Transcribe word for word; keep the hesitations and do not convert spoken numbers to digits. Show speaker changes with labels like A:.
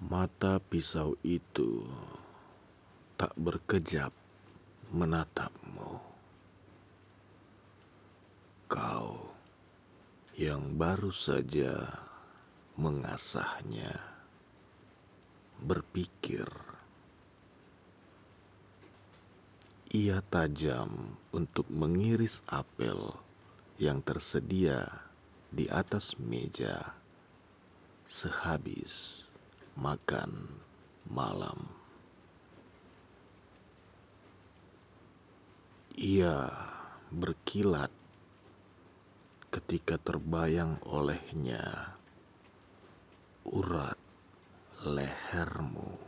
A: Mata pisau itu tak berkejap menatapmu. Kau yang baru saja mengasahnya, berpikir. Ia tajam untuk mengiris apel yang tersedia di atas meja sehabis makan malam. Ia berkilat ketika terbayang olehnya urat lehermu.